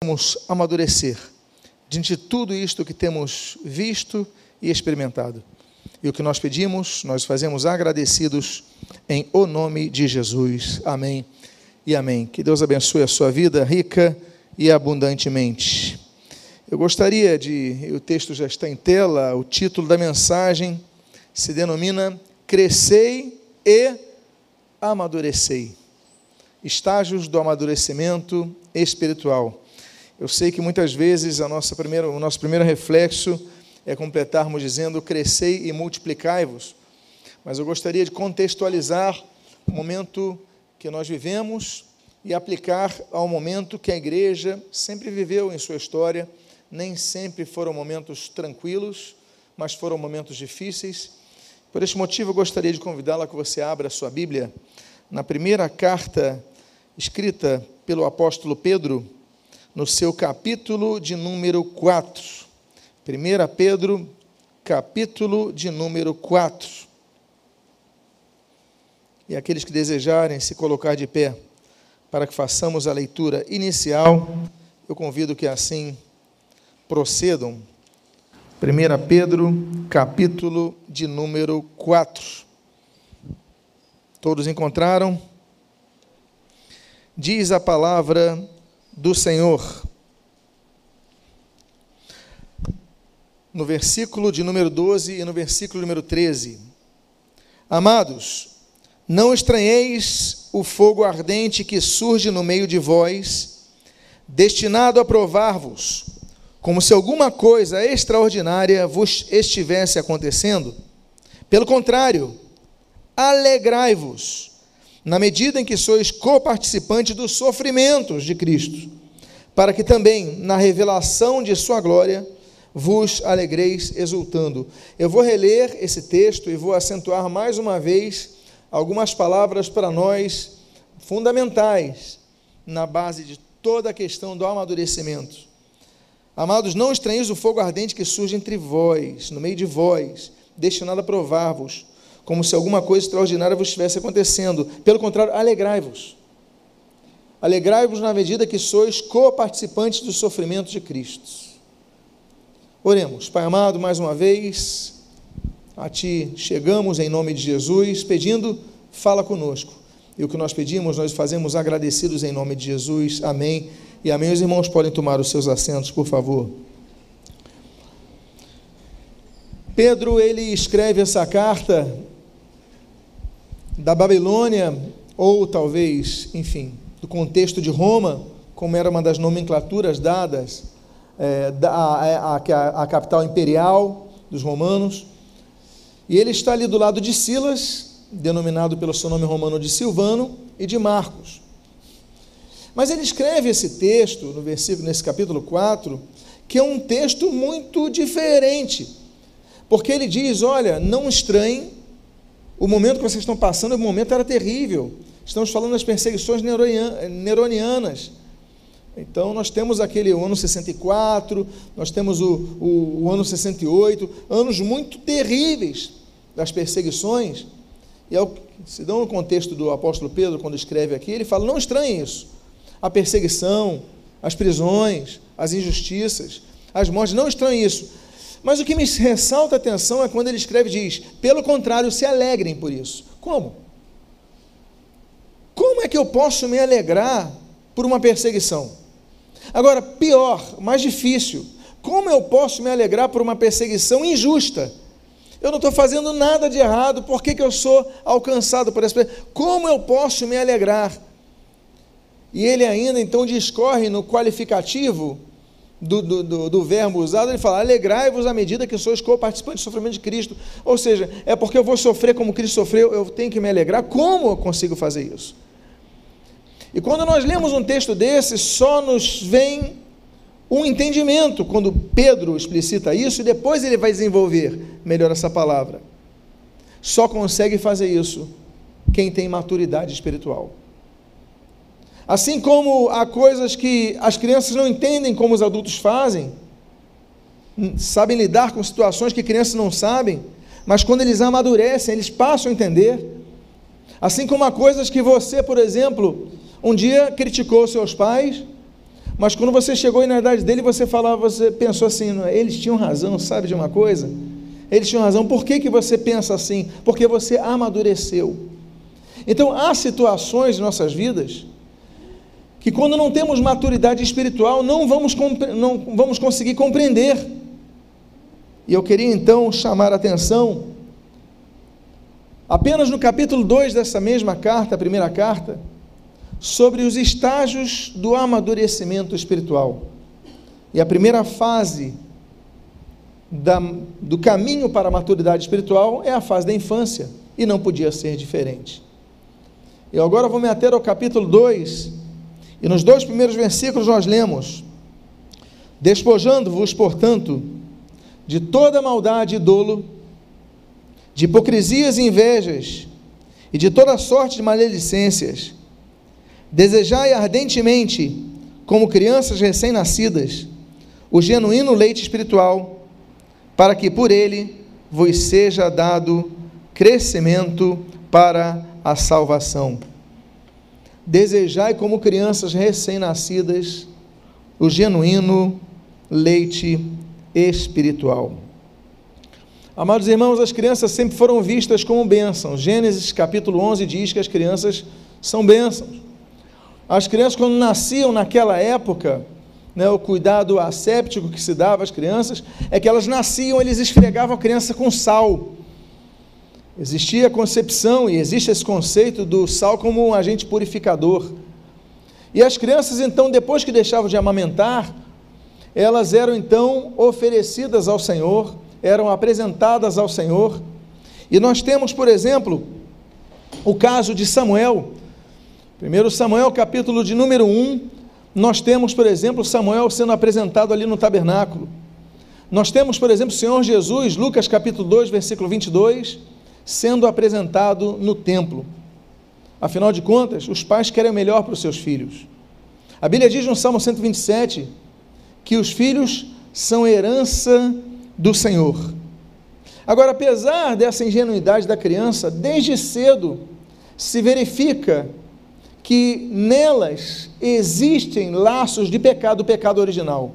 possamos amadurecer diante de tudo isto que temos visto e experimentado. E o que nós pedimos, nós fazemos agradecidos em o nome de Jesus. Amém e amém. Que Deus abençoe a sua vida rica e abundantemente. Eu gostaria o texto já está em tela, o título da mensagem se denomina Crescei e Amadurecei. Estágios do amadurecimento espiritual. Eu sei que muitas vezes o nosso primeiro reflexo é completarmos dizendo crescei e multiplicai-vos, mas eu gostaria de contextualizar o momento que nós vivemos e aplicar ao momento que a igreja sempre viveu em sua história. Nem sempre foram momentos tranquilos, mas foram momentos difíceis. Por este motivo eu gostaria de convidá-la a que você abra a sua Bíblia na primeira carta escrita pelo apóstolo Pedro, no seu capítulo de número 4. 1 Pedro, capítulo de número 4. E aqueles que desejarem se colocar de pé para que façamos a leitura inicial, eu convido que assim procedam. 1 Pedro, capítulo de número 4. Todos encontraram? Diz a palavra do Senhor, no versículo de número 12 e no versículo número 13. Amados, não estranheis o fogo ardente que surge no meio de vós, destinado a provar-vos, como se alguma coisa extraordinária vos estivesse acontecendo. Pelo contrário, alegrai-vos, na medida em que sois coparticipantes dos sofrimentos de Cristo, para que também, na revelação de sua glória, vos alegreis exultando. Eu vou reler esse texto e vou acentuar mais uma vez algumas palavras para nós fundamentais na base de toda a questão do amadurecimento. Amados, não estranheis o fogo ardente que surge entre vós, no meio de vós, destinado a provar-vos, como se alguma coisa extraordinária vos estivesse acontecendo. Pelo contrário, alegrai-vos. Alegrai-vos na medida que sois coparticipantes dos sofrimentos de Cristo. Oremos. Pai amado, mais uma vez, a Ti chegamos em nome de Jesus, pedindo, fala conosco. E o que nós pedimos, nós fazemos agradecidos em nome de Jesus. Amém. E amém. Os irmãos podem tomar os seus assentos, por favor. Pedro, ele escreve essa carta da Babilônia, ou talvez, enfim, do contexto de Roma, como era uma das nomenclaturas dadas à capital imperial dos romanos. E ele está ali do lado de Silas, denominado pelo seu nome romano de Silvano, e de Marcos. Mas ele escreve esse texto, nesse capítulo 4, que é um texto muito diferente, porque ele diz, olha, não estranhem, o momento que vocês estão passando, o momento era terrível, estamos falando das perseguições neronianas. Então nós temos o ano 64, nós temos o ano 68, anos muito terríveis das perseguições, e se dão no contexto do apóstolo Pedro, quando escreve aqui, ele fala, não estranhem isso, a perseguição, as prisões, as injustiças, as mortes, não estranhem isso. Mas o que me ressalta a atenção é quando ele escreve e diz, pelo contrário, se alegrem por isso. Como? Como é que eu posso me alegrar por uma perseguição? Agora, pior, mais difícil, como eu posso me alegrar por uma perseguição injusta? Eu não estou fazendo nada de errado, por que eu sou alcançado por essa perseguição? Como eu posso me alegrar? E ele ainda então discorre no qualificativo do verbo usado, ele fala, alegrai-vos à medida que sois co-participantes do sofrimento de Cristo, ou seja, é porque eu vou sofrer como Cristo sofreu, eu tenho que me alegrar. Como eu consigo fazer isso? E quando nós lemos um texto desse, só nos vem um entendimento, quando Pedro explicita isso, e depois ele vai desenvolver melhor essa palavra. Só consegue fazer isso quem tem maturidade espiritual. Assim como há coisas que as crianças não entendem como os adultos fazem, sabem lidar com situações que crianças não sabem, mas quando eles amadurecem, eles passam a entender. Assim como há coisas que você, por exemplo, um dia criticou seus pais, Mas quando você chegou na idade dele, você pensou assim, eles tinham razão, sabe de uma coisa? Eles tinham razão. Por que você pensa assim? Porque você amadureceu. Então, há situações em nossas vidas que quando não temos maturidade espiritual, não vamos conseguir compreender. E eu queria então chamar a atenção, apenas no capítulo 2 dessa mesma carta, a primeira carta, sobre os estágios do amadurecimento espiritual. E a primeira fase do caminho para a maturidade espiritual é a fase da infância, e não podia ser diferente. Eu agora vou me ater ao capítulo 2, e nos 2 primeiros versículos nós lemos: despojando-vos, portanto, de toda maldade e dolo, de hipocrisias e invejas, e de toda sorte de maledicências, desejai ardentemente, como crianças recém-nascidas, o genuíno leite espiritual, para que por ele vos seja dado crescimento para a salvação. Desejai como crianças recém-nascidas o genuíno leite espiritual. Amados irmãos, as crianças sempre foram vistas como bênçãos. Gênesis capítulo 11 diz que as crianças são bênçãos. As crianças, quando nasciam naquela época, o cuidado asséptico que se dava às crianças, é que elas nasciam, eles esfregavam a criança com sal. Existia a concepção, e existe esse conceito do sal como um agente purificador. E as crianças, então, depois que deixavam de amamentar, elas eram, então, oferecidas ao Senhor, eram apresentadas ao Senhor. E nós temos, por exemplo, o caso de Samuel. 1 Samuel, capítulo de número 1, nós temos, por exemplo, Samuel sendo apresentado ali no tabernáculo. Nós temos, por exemplo, o Senhor Jesus, Lucas capítulo 2, versículo 22, sendo apresentado no templo. Afinal de contas, os pais querem o melhor para os seus filhos. A Bíblia diz no Salmo 127, que os filhos são herança do Senhor. Agora, apesar dessa ingenuidade da criança, desde cedo se verifica que nelas existem laços de pecado, o pecado original.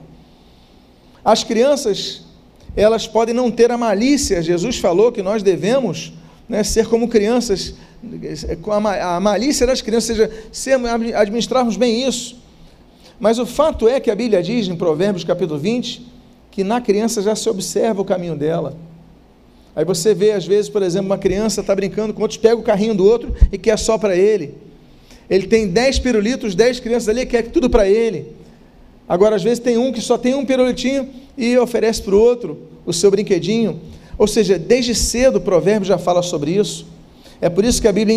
As crianças, elas podem não ter a malícia. Jesus falou que nós devemos ser como crianças, com a malícia das crianças, ou seja, administrarmos bem isso. Mas o fato é que a Bíblia diz em Provérbios capítulo 20, que na criança já se observa o caminho dela. Aí você vê, às vezes, por exemplo, uma criança está brincando com outros, pega o carrinho do outro e quer só para ele. Ele tem 10 pirulitos, 10 crianças ali, quer tudo para ele. Agora, às vezes, tem um que só tem um pirulitinho e oferece para o outro o seu brinquedinho. Ou seja, desde cedo o provérbio já fala sobre isso. É por isso que a Bíblia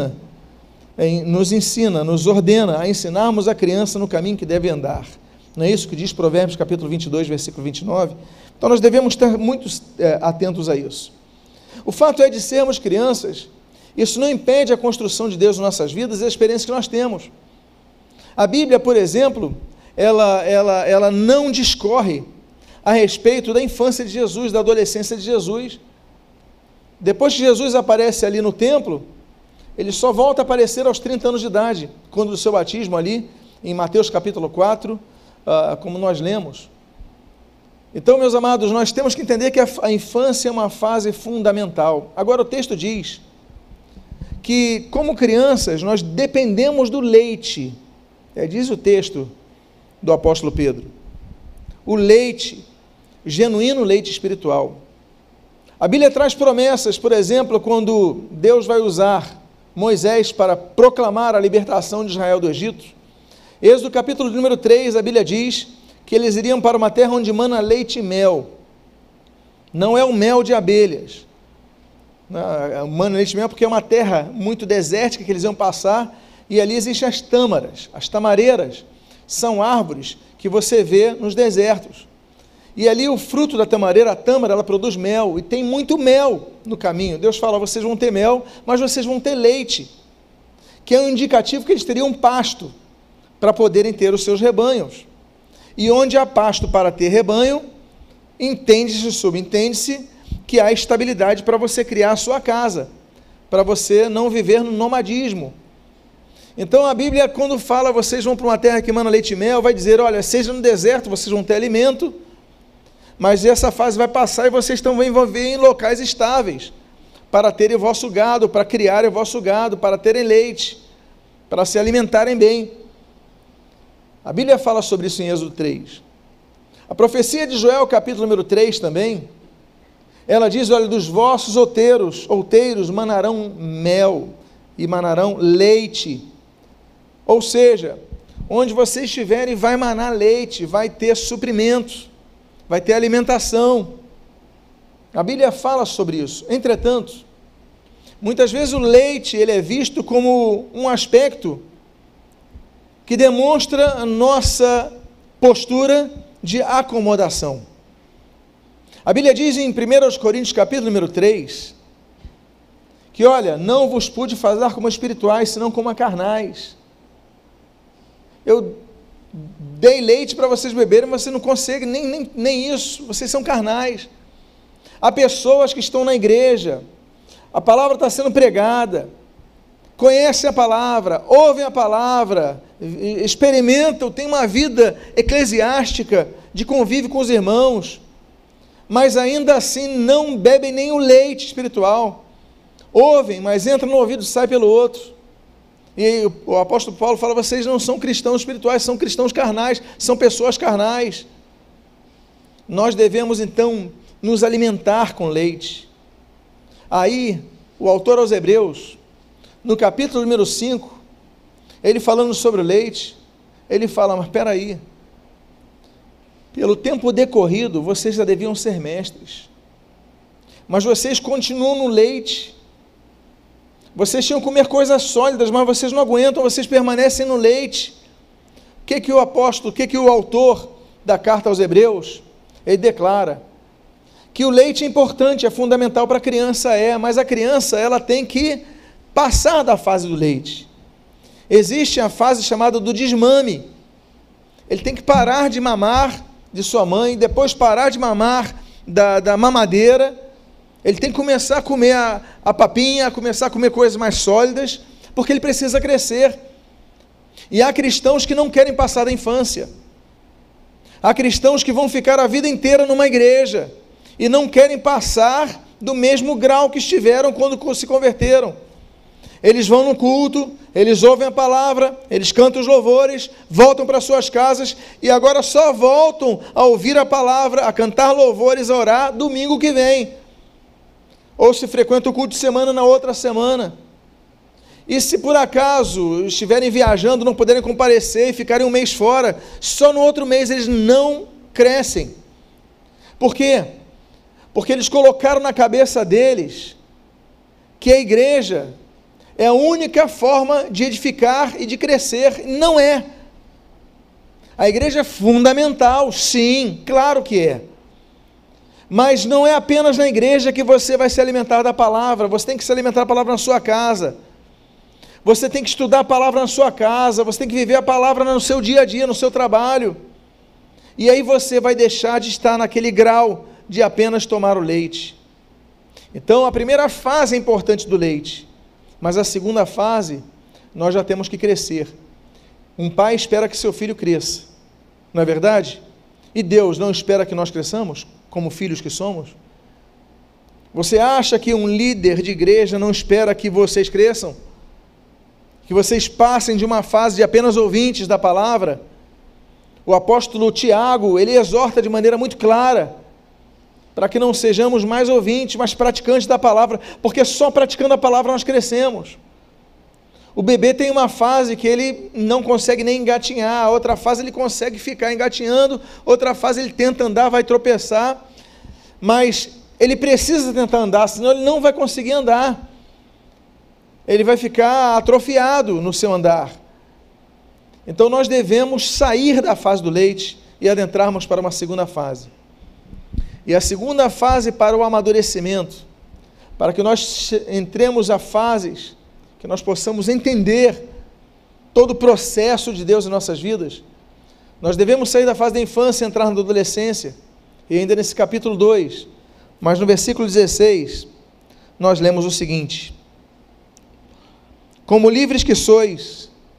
nos ordena a ensinarmos a criança no caminho que deve andar. Não é isso que diz Provérbios capítulo 22, versículo 29? Então nós devemos estar muito atentos a isso. O fato é de sermos crianças, isso não impede a construção de Deus em nossas vidas e a experiência que nós temos. A Bíblia, por exemplo, ela não discorre a respeito da infância de Jesus, da adolescência de Jesus. Depois que Jesus aparece ali no templo, ele só volta a aparecer aos 30 anos de idade, quando do seu batismo ali, em Mateus capítulo 4, como nós lemos. Então, meus amados, nós temos que entender que a infância é uma fase fundamental. Agora o texto diz que, como crianças, nós dependemos do leite, diz o texto do apóstolo Pedro, o leite, genuíno leite espiritual. A Bíblia traz promessas, por exemplo, quando Deus vai usar Moisés para proclamar a libertação de Israel do Egito. Êxodo capítulo número 3, a Bíblia diz que eles iriam para uma terra onde mana leite e mel. Não é o mel de abelhas. Mana leite e mel porque é uma terra muito desértica que eles iam passar, e ali existem as tâmaras, as tamareiras, são árvores que você vê nos desertos. E ali o fruto da tamareira, a tâmara, ela produz mel, e tem muito mel no caminho. Deus fala, vocês vão ter mel, mas vocês vão ter leite, que é um indicativo que eles teriam pasto, para poderem ter os seus rebanhos. E onde há pasto para ter rebanho, subentende-se que há estabilidade para você criar a sua casa, para você não viver no nomadismo. Então a Bíblia, quando fala, vocês vão para uma terra que emana leite e mel, vai dizer, olha, seja no deserto, vocês vão ter alimento, mas essa fase vai passar e vocês vão viver em locais estáveis, para terem o vosso gado, para criarem o vosso gado, para terem leite, para se alimentarem bem. A Bíblia fala sobre isso em Êxodo 3. A profecia de Joel, capítulo número 3 também, ela diz, olha, dos vossos outeiros manarão mel e manarão leite. Ou seja, onde vocês estiverem vai manar leite, vai ter suprimento, vai ter alimentação. A Bíblia fala sobre isso. Entretanto, muitas vezes o leite ele é visto como um aspecto que demonstra a nossa postura de acomodação. A Bíblia diz em 1 Coríntios capítulo número 3, que olha, não vos pude falar como espirituais, senão como carnais. Eu dei leite para vocês beberem, mas você não consegue nem isso, vocês são carnais. Há pessoas que estão na igreja, a palavra está sendo pregada, conhecem a palavra, ouvem a palavra, experimentam, têm uma vida eclesiástica de convívio com os irmãos, mas ainda assim não bebem nem o leite espiritual. Ouvem, mas entra no ouvido e sai pelo outro. E o apóstolo Paulo fala, vocês não são cristãos espirituais, são cristãos carnais, são pessoas carnais. Nós devemos então nos alimentar com leite. Aí, o autor aos Hebreus, no capítulo número 5, ele falando sobre o leite, ele fala, mas espera aí, pelo tempo decorrido, vocês já deviam ser mestres, mas vocês continuam no leite. Vocês tinham que comer coisas sólidas, mas vocês não aguentam, vocês permanecem no leite. O que o autor da carta aos Hebreus, ele declara? Que o leite é importante, é fundamental para a criança, mas a criança, ela tem que passar da fase do leite. Existe a fase chamada do desmame. Ele tem que parar de mamar de sua mãe, depois parar de mamar da mamadeira. Ele tem que começar a comer a papinha, começar a comer coisas mais sólidas, porque ele precisa crescer. E há cristãos que não querem passar da infância. Há cristãos que vão ficar a vida inteira numa igreja e não querem passar do mesmo grau que estiveram quando se converteram. Eles vão no culto, eles ouvem a palavra, eles cantam os louvores, voltam para suas casas e agora só voltam a ouvir a palavra, a cantar louvores, a orar domingo que vem. Ou se frequenta o culto de semana na outra semana. E se por acaso estiverem viajando, não puderem comparecer e ficarem um mês fora, só no outro mês eles não crescem. Por quê? Porque eles colocaram na cabeça deles que a igreja é a única forma de edificar e de crescer. Não é. A igreja é fundamental, sim, claro que é. Mas não é apenas na igreja que você vai se alimentar da palavra, você tem que se alimentar da palavra na sua casa, você tem que estudar a palavra na sua casa, você tem que viver a palavra no seu dia a dia, no seu trabalho, e aí você vai deixar de estar naquele grau de apenas tomar o leite. Então a primeira fase é importante do leite, mas a segunda fase, nós já temos que crescer. Um pai espera que seu filho cresça, não é verdade? E Deus não espera que nós cresçamos, como filhos que somos? Você acha que um líder de igreja não espera que vocês cresçam? Que vocês passem de uma fase de apenas ouvintes da palavra? O apóstolo Tiago, ele exorta de maneira muito clara, para que não sejamos mais ouvintes, mas praticantes da palavra, porque só praticando a palavra nós crescemos. O bebê tem uma fase que ele não consegue nem engatinhar, outra fase ele consegue ficar engatinhando, outra fase ele tenta andar, vai tropeçar, mas ele precisa tentar andar, senão ele não vai conseguir andar. Ele vai ficar atrofiado no seu andar. Então nós devemos sair da fase do leite e adentrarmos para uma segunda fase. E a segunda fase para o amadurecimento, para que nós entremos a fases que nós possamos entender todo o processo de Deus em nossas vidas, nós devemos sair da fase da infância e entrar na adolescência, e ainda nesse capítulo 2, mas no versículo 16, nós lemos o seguinte: como livres que sois,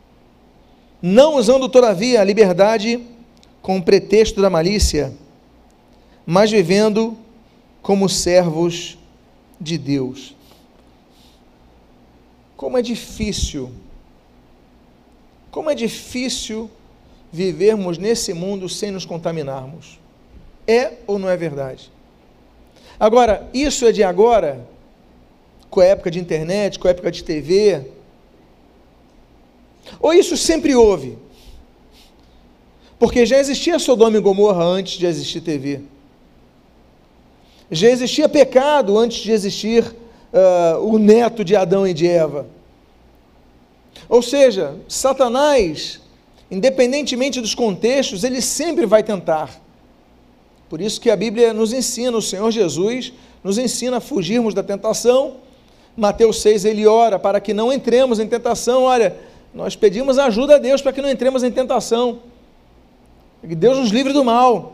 não usando todavia a liberdade com o pretexto da malícia, mas vivendo como servos de Deus. Como é difícil vivermos nesse mundo sem nos contaminarmos. É ou não é verdade? Agora, isso é de agora, com a época de internet, com a época de TV, ou isso sempre houve? Porque já existia Sodoma e Gomorra antes de existir TV. Já existia pecado antes de existir o neto de Adão e de Eva. Ou seja, Satanás, independentemente dos contextos, ele sempre vai tentar. Por isso que a Bíblia nos ensina, o Senhor Jesus nos ensina a fugirmos da tentação. Mateus 6, ele ora para que não entremos em tentação. Olha, nós pedimos ajuda a Deus para que não entremos em tentação. Que Deus nos livre do mal.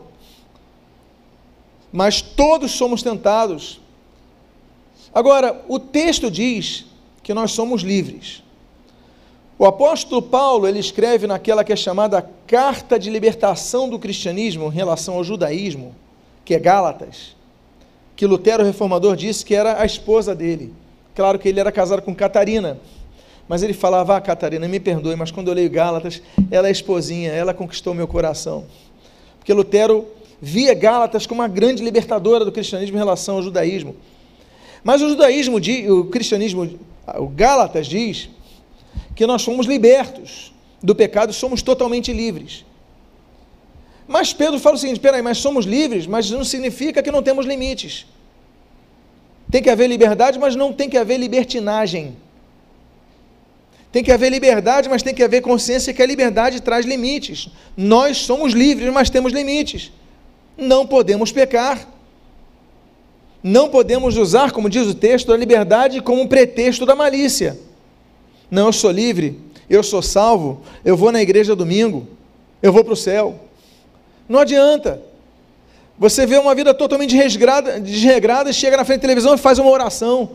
Mas todos somos tentados. Agora, o texto diz que nós somos livres. O apóstolo Paulo, ele escreve naquela que é chamada Carta de Libertação do Cristianismo em relação ao judaísmo, que é Gálatas, que Lutero, o reformador, disse que era a esposa dele. Claro que ele era casado com Catarina, mas ele falava, Catarina, me perdoe, mas quando eu leio Gálatas, ela é esposinha, ela conquistou meu coração. Porque Lutero via Gálatas como uma grande libertadora do cristianismo em relação ao judaísmo. Mas o cristianismo, o Gálatas diz que nós somos libertos do pecado, somos totalmente livres. Mas Pedro fala o seguinte, espera aí, mas somos livres, mas não significa que não temos limites. Tem que haver liberdade, mas não tem que haver libertinagem. Tem que haver liberdade, mas tem que haver consciência que a liberdade traz limites. Nós somos livres, mas temos limites. Não podemos pecar. Não podemos usar, como diz o texto, a liberdade como um pretexto da malícia. Não, eu sou livre, eu sou salvo, eu vou na igreja domingo, eu vou para o céu. Não adianta. Você vê uma vida totalmente desregrada, chega na frente da televisão e faz uma oração.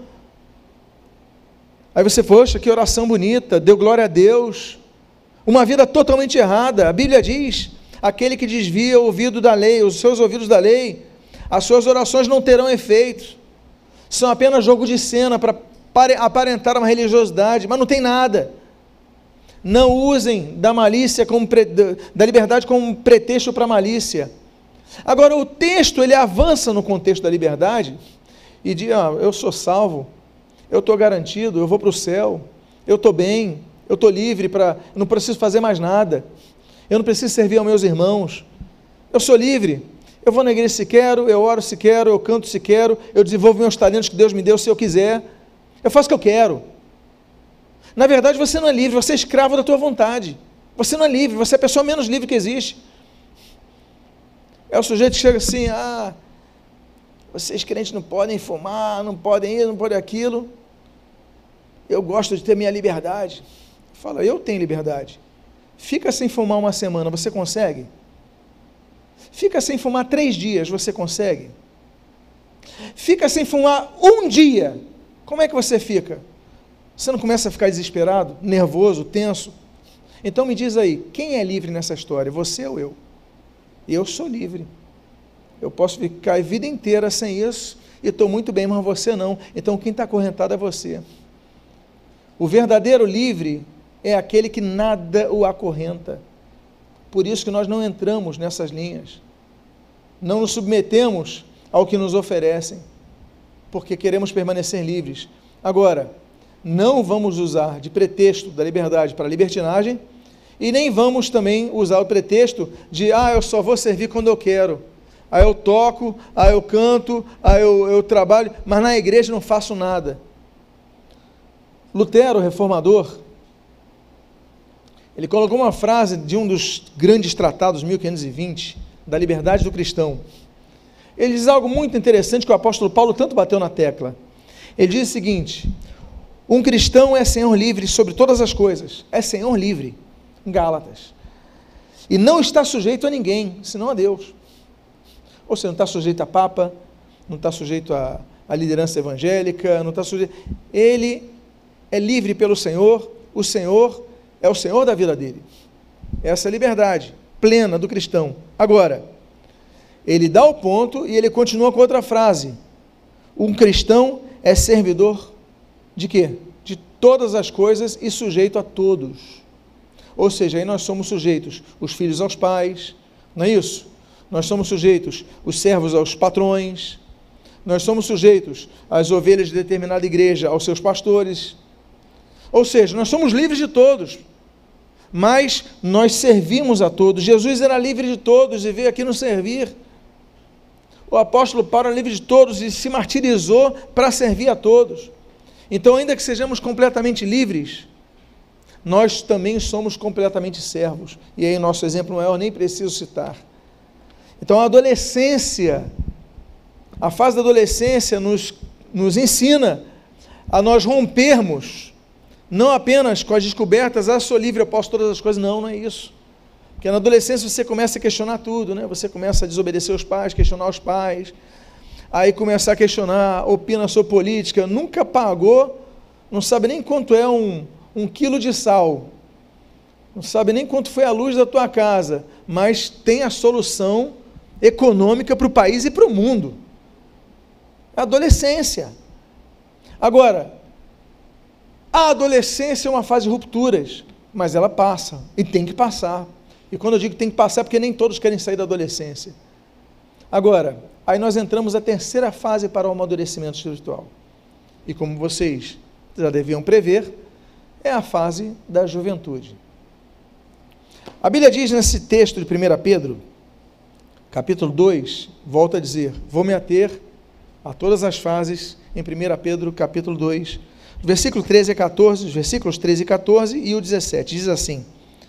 Aí você, poxa, que oração bonita, deu glória a Deus. Uma vida totalmente errada. A Bíblia diz, aquele que desvia o ouvido da lei, os seus ouvidos da lei, as suas orações não terão efeito. São apenas jogo de cena para aparentar uma religiosidade, mas não tem nada. Não usem da malícia, da liberdade como pretexto para a malícia. Agora, o texto, ele avança no contexto da liberdade e diz, eu sou salvo, eu estou garantido, eu vou para o céu, eu estou bem, eu estou livre, eu não preciso fazer mais nada, eu não preciso servir aos meus irmãos, eu sou livre, eu vou na igreja se quero, eu oro se quero, eu canto se quero, eu desenvolvo meus talentos que Deus me deu se eu quiser, eu faço o que eu quero. Na verdade, você não é livre, você é escravo da tua vontade. Você não é livre, você é a pessoa menos livre que existe. É o sujeito que chega assim, vocês crentes não podem fumar, não podem isso, não podem aquilo. Eu gosto de ter minha liberdade. Fala, eu tenho liberdade. Fica sem fumar uma semana, você consegue? Fica sem fumar 3 dias, você consegue? Fica sem fumar 1 dia, como é que você fica? Você não começa a ficar desesperado, nervoso, tenso? Então me diz aí, quem é livre nessa história, você ou eu? Eu sou livre. Eu posso ficar a vida inteira sem isso, e estou muito bem, mas você não. Então quem está acorrentado é você. O verdadeiro livre é aquele que nada o acorrenta. Por isso que nós não entramos nessas linhas. Não nos submetemos ao que nos oferecem, porque queremos permanecer livres. Agora, não vamos usar de pretexto da liberdade para a libertinagem, e nem vamos também usar o pretexto de, eu só vou servir quando eu quero, eu toco, eu canto, eu trabalho, mas na igreja não faço nada. Lutero, o reformador, ele colocou uma frase de um dos grandes tratados, 1520, da liberdade do cristão. Ele diz algo muito interessante que o apóstolo Paulo tanto bateu na tecla. Ele diz o seguinte, um cristão é senhor livre sobre todas as coisas, é senhor livre, em Gálatas, e não está sujeito a ninguém, senão a Deus. Ou seja, não está sujeito a papa, não está sujeito à liderança evangélica, não está sujeito, ele é livre pelo Senhor, o Senhor é o Senhor da vida dele. essa é a liberdade plena do cristão. Agora, ele dá o ponto e ele continua com outra frase. Um cristão é servidor de quê? De todas as coisas e sujeito a todos. Ou seja, aí nós somos sujeitos, os filhos aos pais, não é isso? Nós somos sujeitos, os servos aos patrões, nós somos sujeitos, as ovelhas de determinada igreja aos seus pastores. Ou seja, nós somos livres de todos, mas nós servimos a todos. Jesus era livre de todos e veio aqui nos servir. O apóstolo Paulo era livre de todos e se martirizou para servir a todos. Então, ainda que sejamos completamente livres, nós também somos completamente servos. E aí nosso exemplo maior nem preciso citar. Então a adolescência, a fase da adolescência nos ensina a nós rompermos, não apenas com as descobertas, sou livre, eu posso todas as coisas, não é isso. Porque na adolescência você começa a questionar tudo, né? Você começa a desobedecer os pais, questionar os pais, aí começar a questionar, opina sobre política, nunca pagou, não sabe nem quanto é um quilo de sal, não sabe nem quanto foi a luz da tua casa, mas tem a solução econômica para o país e para o mundo. É a adolescência. Agora, a adolescência é uma fase de rupturas, mas ela passa, e tem que passar. E quando eu digo tem que passar, é porque nem todos querem sair da adolescência. Agora, aí nós entramos na terceira fase para o amadurecimento espiritual. E como vocês já deviam prever, é a fase da juventude. A Bíblia diz nesse texto de 1 Pedro, capítulo 2, volta a dizer, vou me ater a todas as fases em 1 Pedro, capítulo 2, versículo 13 a 14, os versículos 13 e 14 e o 17, diz assim: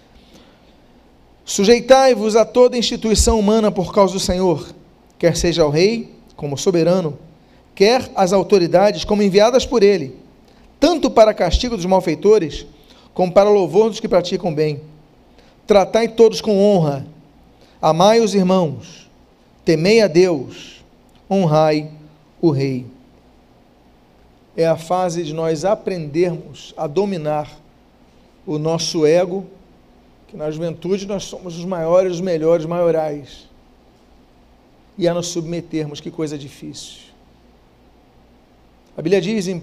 sujeitai-vos a toda instituição humana por causa do Senhor, quer seja o rei como soberano, quer as autoridades como enviadas por ele, tanto para castigo dos malfeitores, como para louvor dos que praticam bem. Tratai todos com honra, amai os irmãos, temei a Deus, honrai o rei. É a fase de nós aprendermos a dominar o nosso ego, que na juventude nós somos os maiores, os melhores, os maiorais, e a nos submetermos, que coisa difícil. A Bíblia diz em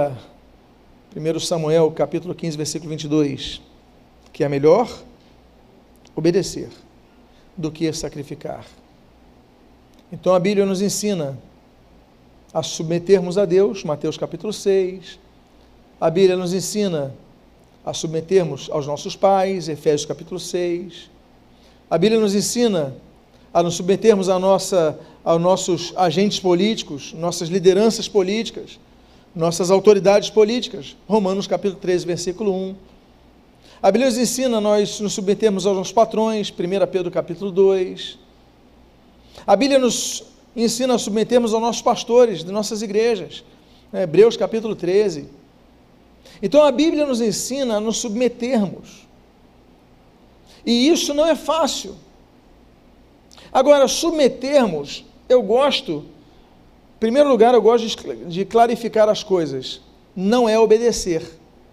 1 Samuel, capítulo 15, versículo 22, que é melhor obedecer do que sacrificar. Então a Bíblia nos ensina a submetermos a Deus, Mateus capítulo 6, a Bíblia nos ensina a submetermos aos nossos pais, Efésios capítulo 6, a Bíblia nos ensina a nos submetermos aos nossos agentes políticos, nossas lideranças políticas, nossas autoridades políticas, Romanos capítulo 13, versículo 1. A Bíblia nos ensina a nós nos submetermos aos nossos patrões, 1 Pedro capítulo 2. A Bíblia nos ensina a submetermos aos nossos pastores de nossas igrejas, Hebreus capítulo 13. Então a Bíblia nos ensina a nos submetermos, e isso não é fácil. Agora, submetermos, em primeiro lugar, eu gosto de clarificar as coisas, não é obedecer.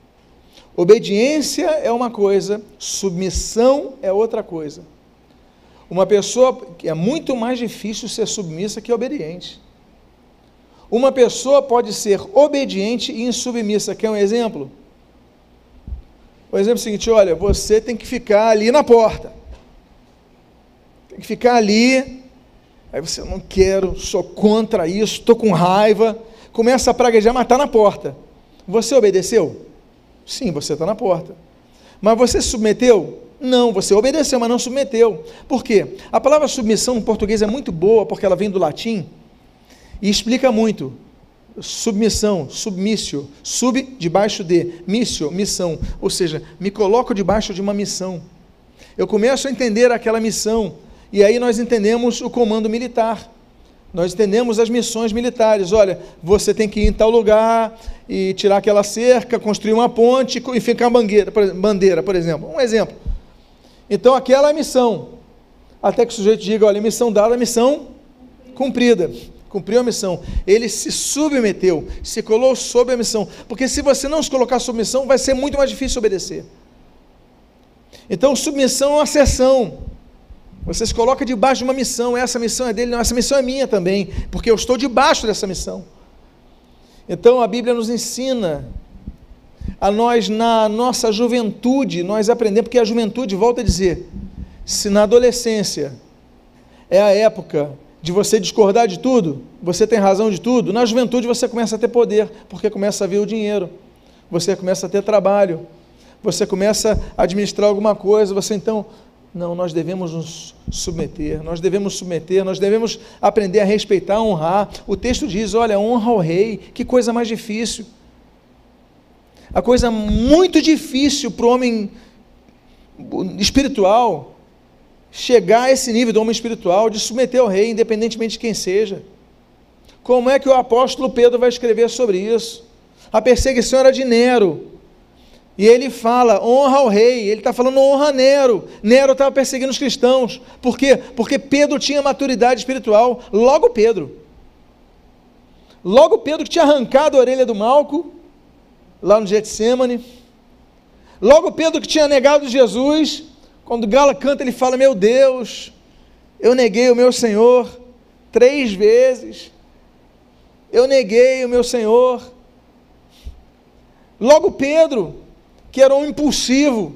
Obediência é uma coisa, submissão é outra coisa. Uma pessoa, é muito mais difícil ser submissa que obediente. Uma pessoa pode ser obediente e insubmissa. Quer um exemplo? O exemplo é o seguinte: olha, você tem que ficar ali na porta. Tem que ficar ali. Aí você, não quero, sou contra isso, estou com raiva. Começa a praguejar, mas está na porta. Você obedeceu? Sim, você está na porta. Mas você se submeteu? Não, você obedeceu, mas não submeteu. Por quê? A palavra submissão no português é muito boa, porque ela vem do latim e explica muito. Submissão, submissio, sub, debaixo de, missio, missão, ou seja, me coloco debaixo de uma missão. Eu começo a entender aquela missão, e aí nós entendemos o comando militar, nós entendemos as missões militares. Olha, você tem que ir em tal lugar e tirar aquela cerca, construir uma ponte e ficar bandeira, por exemplo, um exemplo. Então aquela é a missão, até que o sujeito diga, olha, missão dada, missão cumprida. Cumpriu a missão, ele se submeteu, se colocou sob a missão, porque se você não se colocar sob missão, vai ser muito mais difícil obedecer. Então, submissão é uma acessão. Você se coloca debaixo de uma missão. Essa missão é dele, não, essa missão é minha também, porque eu estou debaixo dessa missão. Então, a Bíblia nos ensina a nós, na nossa juventude, nós aprendemos, porque a juventude, volta a dizer, se na adolescência é a época de você discordar de tudo, você tem razão de tudo, na juventude você começa a ter poder, porque começa a ver o dinheiro, você começa a ter trabalho, você começa a administrar alguma coisa, você então, não, nós devemos nos submeter, nós devemos aprender a respeitar, a honrar. O texto diz, olha, honra ao rei, que coisa mais difícil. A coisa muito difícil para o homem espiritual, chegar a esse nível do homem espiritual, de submeter ao rei, independentemente de quem seja. Como é que o apóstolo Pedro vai escrever sobre isso? A perseguição era de Nero, e ele fala, honra ao rei, ele está falando honra a Nero. Nero estava perseguindo os cristãos. Por quê? Porque Pedro tinha maturidade espiritual. Logo Pedro que tinha arrancado a orelha do Malco, lá no Getsêmani. Logo Pedro que tinha negado Jesus. Quando Gala canta, ele fala, meu Deus, eu neguei o meu Senhor 3 vezes. Eu neguei o meu Senhor. Logo Pedro, que era um impulsivo,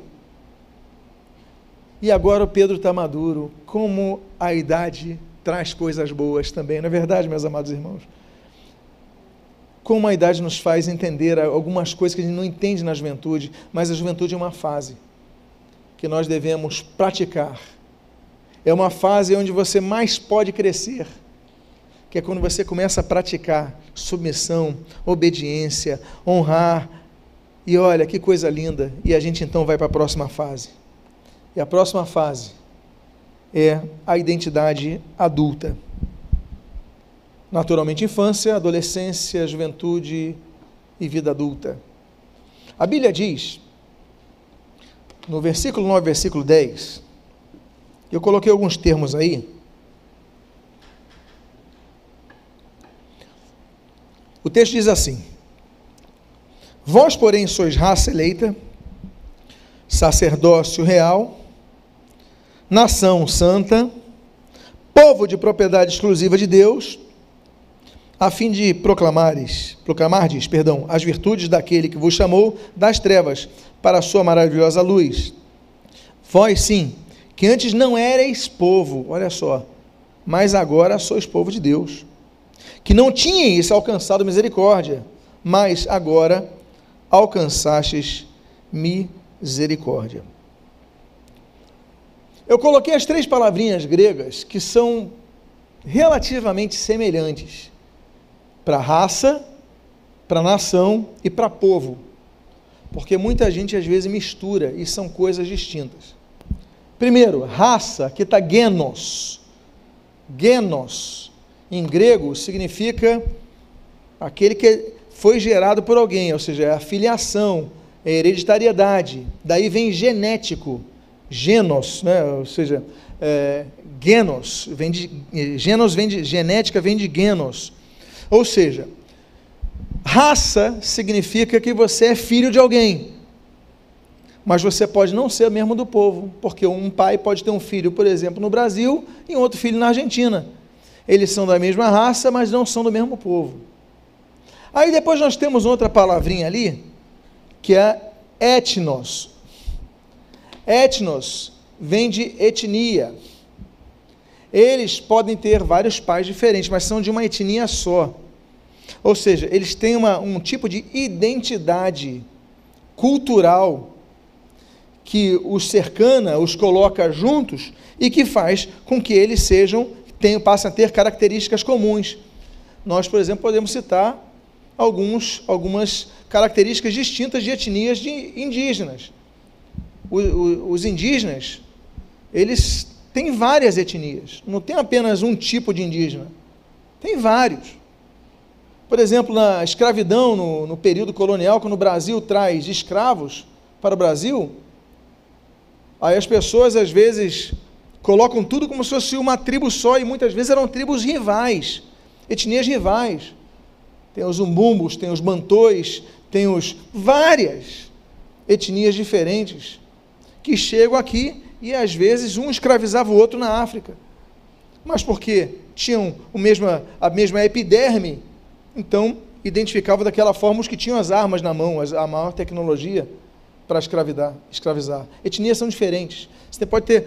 e agora o Pedro está maduro, como a idade traz coisas boas também, não é verdade, meus amados irmãos? Como a idade nos faz entender algumas coisas que a gente não entende na juventude, mas a juventude é uma fase que nós devemos praticar, é uma fase onde você mais pode crescer, que é quando você começa a praticar submissão, obediência, honrar. E olha, que coisa linda, e a gente então vai para a próxima fase, e a próxima fase é a identidade adulta, naturalmente infância, adolescência, juventude e vida adulta. A Bíblia diz, no versículo 9, versículo 10, eu coloquei alguns termos aí, o texto diz assim, vós, porém, sois raça eleita, sacerdócio real, nação santa, povo de propriedade exclusiva de Deus, a fim de proclamardes, as virtudes daquele que vos chamou das trevas para a sua maravilhosa luz. Vós, sim, que antes não erais povo, olha só, mas agora sois povo de Deus, que não tinhais alcançado misericórdia, mas agora alcançastes misericórdia. Eu coloquei as 3 palavrinhas gregas que são relativamente semelhantes para raça, para nação e para povo, porque muita gente às vezes mistura e são coisas distintas. Primeiro, raça, que está genos. Genos, em grego, significa aquele que foi gerado por alguém, ou seja, é a filiação, é a hereditariedade, daí vem genético, genos, né? Ou seja, genos, genos vem de genética, vem de genos, ou seja, raça significa que você é filho de alguém, mas você pode não ser mesmo do povo, porque um pai pode ter um filho, por exemplo, no Brasil, e um outro filho na Argentina, eles são da mesma raça, mas não são do mesmo povo. Aí depois nós temos outra palavrinha ali, que é etnos. Etnos vem de etnia. Eles podem ter vários pais diferentes, mas são de uma etnia só. Ou seja, eles têm um tipo de identidade cultural que os cercana, os coloca juntos e que faz com que eles passem a ter características comuns. Nós, por exemplo, podemos citar algumas características distintas de etnias de indígenas. Os indígenas, eles têm várias etnias, não tem apenas um tipo de indígena, tem vários. Por exemplo, na escravidão, no período colonial, quando o Brasil traz escravos para o Brasil, aí as pessoas às vezes colocam tudo como se fosse uma tribo só, e muitas vezes eram tribos rivais, etnias rivais. Tem os umbumbos, tem os bantões, tem várias etnias diferentes que chegam aqui e às vezes um escravizava o outro na África. Mas porque tinham a mesma epiderme, então identificava daquela forma os que tinham as armas na mão, a maior tecnologia para escravizar. Etnias são diferentes. Você pode ter,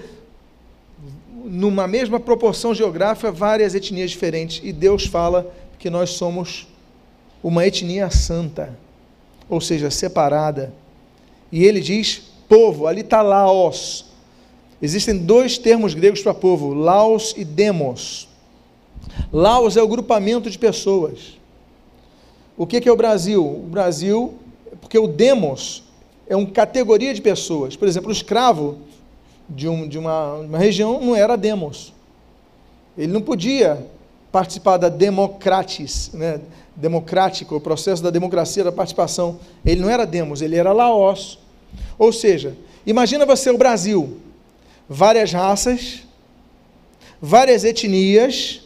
numa mesma proporção geográfica, várias etnias diferentes, e Deus fala que nós somos uma etnia santa, ou seja, separada. E ele diz povo, ali está laos. Existem dois termos gregos para povo, laos e demos. Laos é o grupamento de pessoas. O que é o Brasil? O Brasil, porque o demos é uma categoria de pessoas. Por exemplo, o escravo de uma região não era demos. Ele não podia participar da democratis, né? Democrático, o processo da democracia, da participação. Ele não era demos, ele era laos. Ou seja, imagina você o Brasil, várias raças, várias etnias,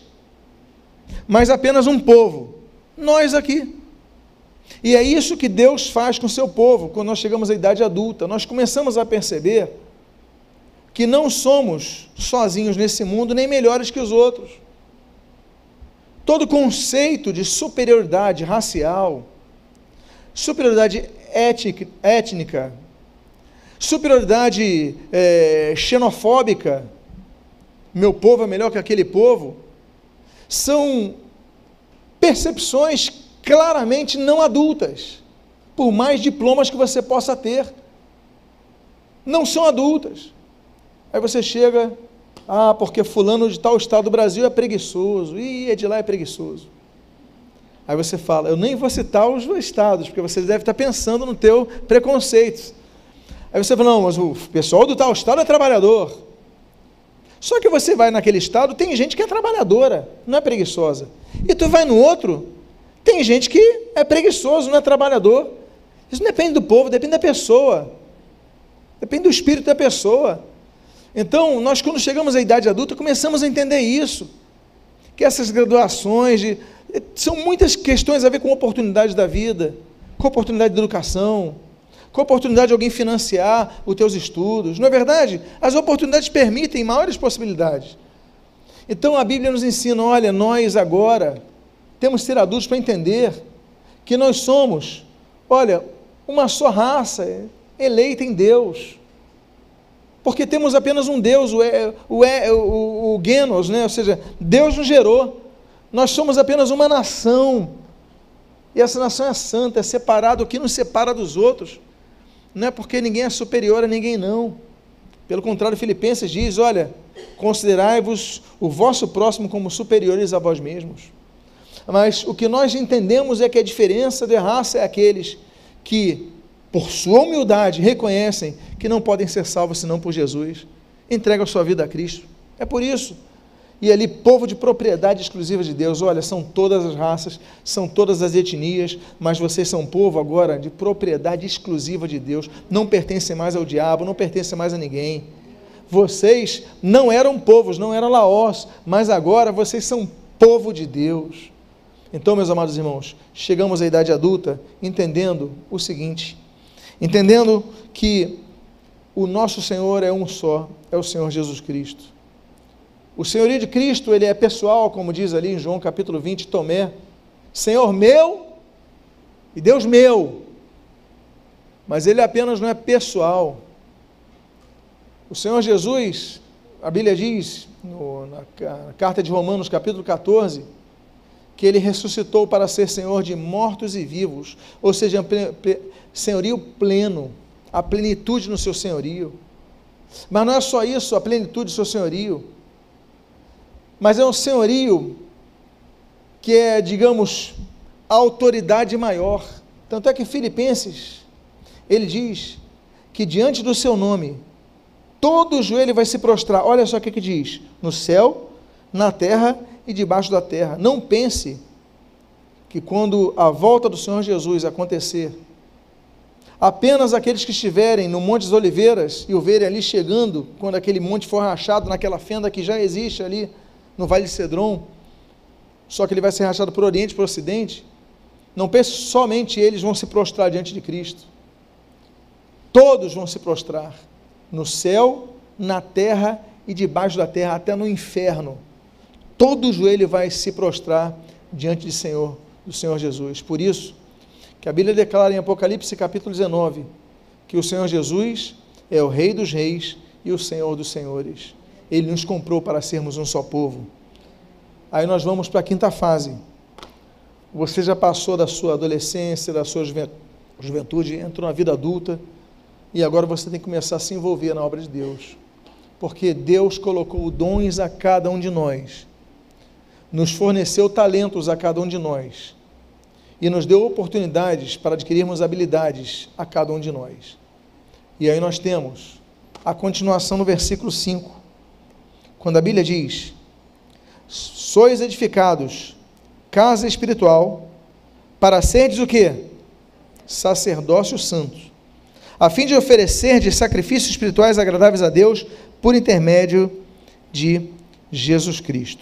mas apenas um povo, nós aqui. E é isso que Deus faz com o seu povo, quando nós chegamos à idade adulta. Nós começamos a perceber que não somos sozinhos nesse mundo, nem melhores que os outros. Todo conceito de superioridade racial, superioridade étnica, superioridade xenofóbica, meu povo é melhor que aquele povo, são percepções claramente não adultas, por mais diplomas que você possa ter, não são adultas. Aí você chega, porque fulano de tal estado do Brasil é preguiçoso, e de lá é preguiçoso. Aí você fala, eu nem vou citar os estados, porque você deve estar pensando no teu preconceito. Aí você fala, não, mas o pessoal do tal estado é trabalhador. Só que você vai naquele estado, tem gente que é trabalhadora, não é preguiçosa. E tu vai no outro, tem gente que é preguiçoso, não é trabalhador. Isso não depende do povo, depende da pessoa. Depende do espírito da pessoa. Então, nós quando chegamos à idade adulta, começamos a entender isso. Que essas graduações, são muitas questões a ver com oportunidades da vida, com oportunidade de educação, com a oportunidade de alguém financiar os teus estudos. Não é verdade? As oportunidades permitem maiores possibilidades. Então a Bíblia nos ensina, olha, nós agora temos que ser adultos para entender que nós somos, olha, uma só raça, eleita em Deus. Porque temos apenas um Deus, o Genos, né? Ou seja, Deus nos gerou. Nós somos apenas uma nação. E essa nação é santa, é separada. O que nos separa dos outros não é porque ninguém é superior a ninguém, não. Pelo contrário, Filipenses diz, olha, considerai-vos o vosso próximo como superiores a vós mesmos. Mas o que nós entendemos é que a diferença de raça é aqueles que, por sua humildade, reconhecem que não podem ser salvos senão por Jesus, entregam a sua vida a Cristo. É por isso. E ali, povo de propriedade exclusiva de Deus, olha, são todas as raças, são todas as etnias, mas vocês são povo agora de propriedade exclusiva de Deus, não pertencem mais ao diabo, não pertencem mais a ninguém. Vocês não eram povos, não eram laós, mas agora vocês são povo de Deus. Então, meus amados irmãos, chegamos à idade adulta entendendo o seguinte, entendendo que o nosso Senhor é um só, é o Senhor Jesus Cristo. O senhorio de Cristo, ele é pessoal, como diz ali em João capítulo 20, Tomé, Senhor meu e Deus meu, mas ele apenas não é pessoal. O Senhor Jesus, a Bíblia diz, na carta de Romanos capítulo 14, que ele ressuscitou para ser Senhor de mortos e vivos, ou seja, senhorio pleno, a plenitude no seu senhorio. Mas não é só isso, a plenitude do seu senhorio, mas é um senhorio que é, digamos, a autoridade maior. Tanto é que Filipenses, ele diz que diante do seu nome, todo joelho vai se prostrar. Olha só o que diz, no céu, na terra e debaixo da terra. Não pense que quando a volta do Senhor Jesus acontecer, apenas aqueles que estiverem no Monte das Oliveiras e o verem ali chegando, quando aquele monte for rachado naquela fenda que já existe ali, no Vale de Cedron, só que ele vai ser rachado para o Oriente e para o Ocidente, não pense somente eles vão se prostrar diante de Cristo, todos vão se prostrar, no céu, na terra e debaixo da terra, até no inferno. Todo joelho vai se prostrar diante do Senhor Jesus. Por isso, que a Bíblia declara em Apocalipse capítulo 19, que o Senhor Jesus é o Rei dos reis e o Senhor dos senhores. Ele nos comprou para sermos um só povo. Aí nós vamos para a quinta fase. Você já passou da sua adolescência, da sua juventude, entrou na vida adulta, e agora você tem que começar a se envolver na obra de Deus, porque Deus colocou dons a cada um de nós, nos forneceu talentos a cada um de nós, e nos deu oportunidades para adquirirmos habilidades a cada um de nós. E aí nós temos a continuação no versículo 5, quando a Bíblia diz: sois edificados casa espiritual, para serdes o quê? Sacerdócio santo, a fim de oferecerdes sacrifícios espirituais agradáveis a Deus, por intermédio de Jesus Cristo.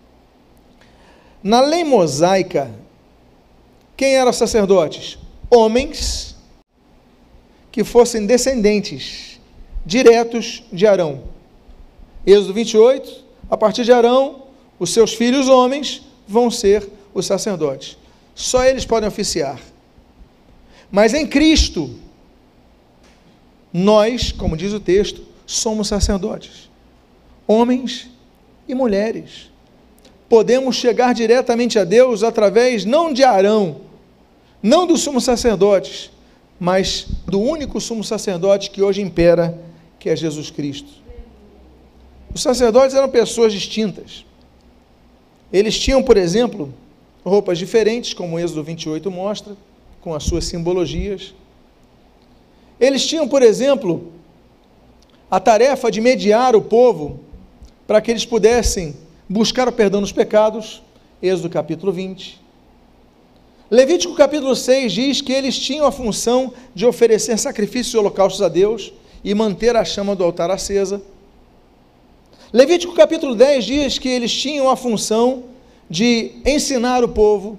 Na lei mosaica, quem eram sacerdotes? Homens que fossem descendentes diretos de Arão. Êxodo 28, a partir de Arão, os seus filhos homens vão ser os sacerdotes. Só eles podem oficiar. Mas em Cristo, nós, como diz o texto, somos sacerdotes, homens e mulheres. Podemos chegar diretamente a Deus através não de Arão, não do sumo sacerdote, mas do único sumo sacerdote que hoje impera, que é Jesus Cristo. Os sacerdotes eram pessoas distintas. Eles tinham, por exemplo, roupas diferentes, como o Êxodo 28 mostra, com as suas simbologias. Eles tinham, por exemplo, a tarefa de mediar o povo para que eles pudessem buscar o perdão dos pecados, Êxodo capítulo 20. Levítico capítulo 6 diz que eles tinham a função de oferecer sacrifícios e holocaustos a Deus e manter a chama do altar acesa. Levítico capítulo 10 diz que eles tinham a função de ensinar o povo.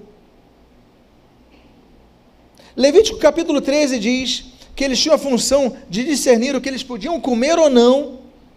Levítico capítulo 13 diz que eles tinham a função de discernir o que eles podiam comer ou não.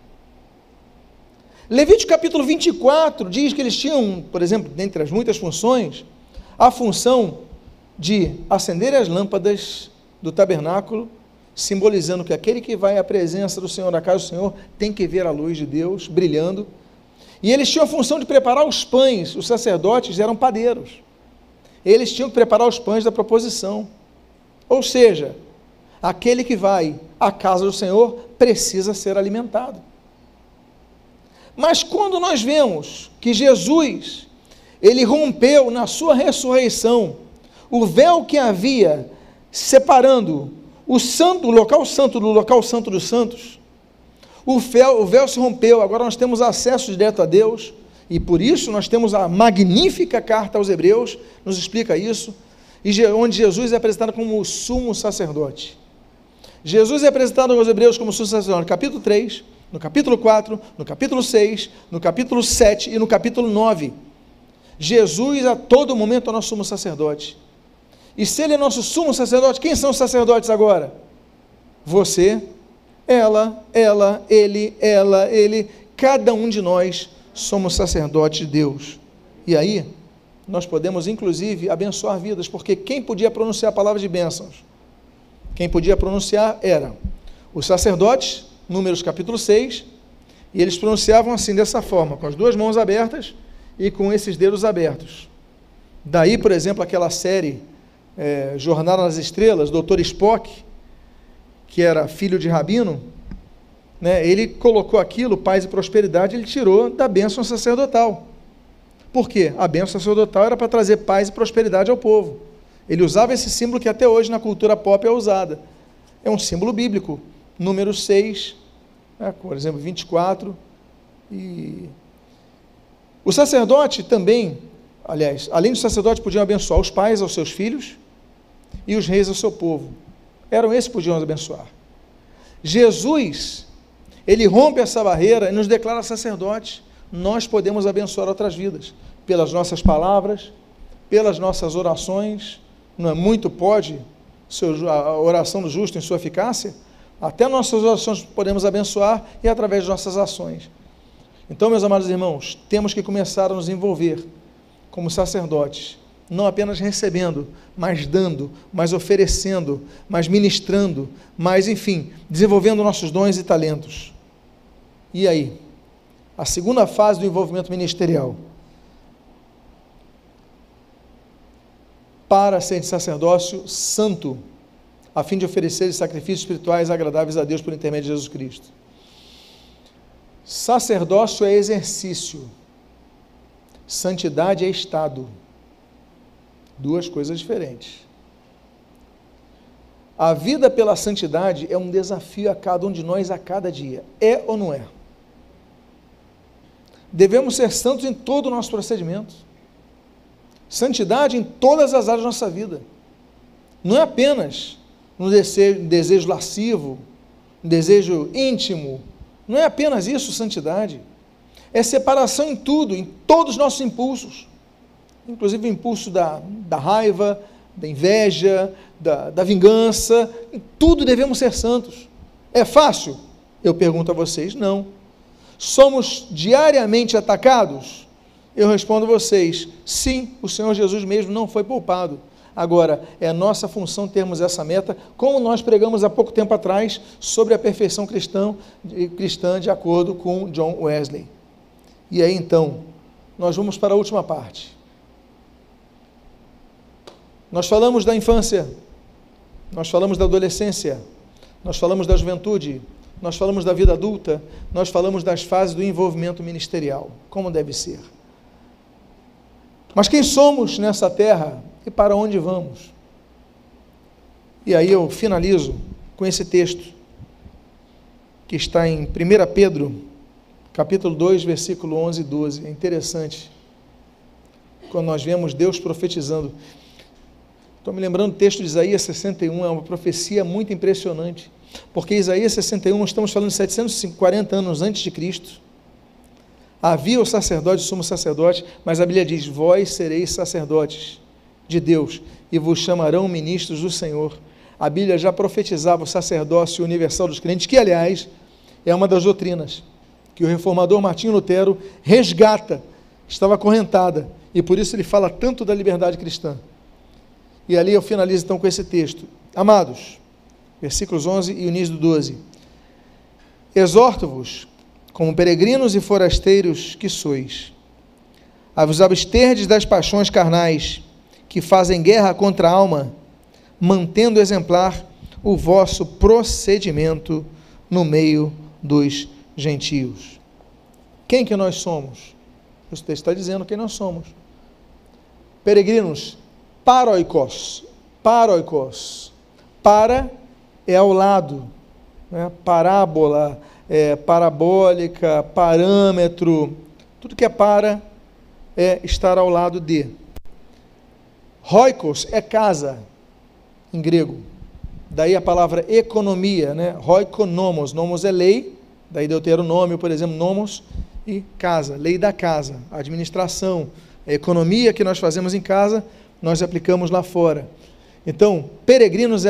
Levítico capítulo 24 diz que eles tinham, por exemplo, dentre as muitas funções, a função de acender as lâmpadas do tabernáculo, simbolizando que aquele que vai à presença do Senhor, na casa do Senhor, tem que ver a luz de Deus brilhando. E eles tinham a função de preparar os pães. Os sacerdotes eram padeiros. Eles tinham que preparar os pães da proposição. Ou seja, aquele que vai à casa do Senhor precisa ser alimentado. Mas quando nós vemos que Jesus, ele rompeu na sua ressurreição o véu que havia separando o local santo do local santo dos santos, o véu se rompeu, agora nós temos acesso direto a Deus, e por isso nós temos a magnífica carta aos Hebreus, nos explica isso, onde Jesus é apresentado como o sumo sacerdote. Jesus é apresentado aos Hebreus como sumo sacerdote no capítulo 3, no capítulo 4, no capítulo 6, no capítulo 7 e no capítulo 9. Jesus a todo momento é nosso sumo sacerdote. E se ele é nosso sumo sacerdote, quem são os sacerdotes agora? Você, ela, ele, cada um de nós somos sacerdotes de Deus. E aí, nós podemos inclusive abençoar vidas, porque quem podia pronunciar a palavra de bênçãos? Quem podia pronunciar eram os sacerdotes, Números capítulo 6, e eles pronunciavam assim, dessa forma, com as duas mãos abertas e com esses dedos abertos. Daí, por exemplo, aquela série Jornada nas Estrelas, Dr. Spock, que era filho de rabino, né, ele colocou aquilo, paz e prosperidade, ele tirou da bênção sacerdotal. Por quê? A bênção sacerdotal era para trazer paz e prosperidade ao povo. Ele usava esse símbolo que até hoje na cultura pop é usada. É um símbolo bíblico. Número 6, por exemplo, 24. E o sacerdote também, aliás, além do sacerdote, podiam abençoar os pais aos seus filhos e os reis ao seu povo. Eram esses que podiam abençoar. Jesus, ele rompe essa barreira e nos declara sacerdotes. Nós podemos abençoar outras vidas, pelas nossas palavras, pelas nossas orações. Não é muito pode a oração do justo em sua eficácia? Até nossas orações podemos abençoar e através de nossas ações. Então, meus amados irmãos, temos que começar a nos envolver como sacerdotes, não apenas recebendo, mas dando, mas oferecendo, mas ministrando, mas, enfim, desenvolvendo nossos dons e talentos. E aí? A segunda fase do envolvimento ministerial. Para ser de sacerdócio santo, a fim de oferecer sacrifícios espirituais agradáveis a Deus por intermédio de Jesus Cristo. Sacerdócio é exercício, santidade é estado. Duas coisas diferentes. A vida pela santidade é um desafio a cada um de nós a cada dia. É ou não é? Devemos ser santos em todo o nosso procedimento. Santidade em todas as áreas da nossa vida. Não é apenas no desejo lascivo, no desejo íntimo. Não é apenas isso, santidade. É separação em tudo, em todos os nossos impulsos. Inclusive o impulso da raiva, da inveja, da vingança. Em tudo devemos ser santos. É fácil? Eu pergunto a vocês, não. Somos diariamente atacados? Eu respondo a vocês, sim, o Senhor Jesus mesmo não foi poupado. Agora, é nossa função termos essa meta, como nós pregamos há pouco tempo atrás, sobre a perfeição cristã de acordo com John Wesley. E aí, então, nós vamos para a última parte. Nós falamos da infância, nós falamos da adolescência, nós falamos da juventude, nós falamos da vida adulta, nós falamos das fases do envolvimento ministerial, como deve ser. Mas quem somos nessa terra e para onde vamos? E aí eu finalizo com esse texto, que está em 1 Pedro, capítulo 2, versículo 11 e 12. É interessante, quando nós vemos Deus profetizando. Estou me lembrando do texto de Isaías 61, é uma profecia muito impressionante, porque Isaías 61, nós estamos falando de 740 anos antes de Cristo. Havia o sacerdote, o sumo sacerdote, mas a Bíblia diz, vós sereis sacerdotes de Deus, e vos chamarão ministros do Senhor. A Bíblia já profetizava o sacerdócio universal dos crentes, que, aliás, é uma das doutrinas que o reformador Martinho Lutero resgata, estava acorrentada, e por isso ele fala tanto da liberdade cristã. E ali eu finalizo então com esse texto. Amados, versículos 11 e o início do 12. Exorto-vos, como peregrinos e forasteiros que sois, a vos absterdes das paixões carnais, que fazem guerra contra a alma, mantendo exemplar o vosso procedimento no meio dos gentios. Quem que nós somos? O texto está dizendo quem nós somos. Peregrinos, paroikos, para é ao lado, né? Parábola, parabólica, parâmetro, tudo que é para é estar ao lado de. Roikos é casa, em grego, daí a palavra economia, né? Roikonomos, nomos é lei, daí Deuteronômio, por exemplo, nomos, e casa, lei da casa, administração, a economia que nós fazemos em casa, nós aplicamos lá fora. Então, peregrinos é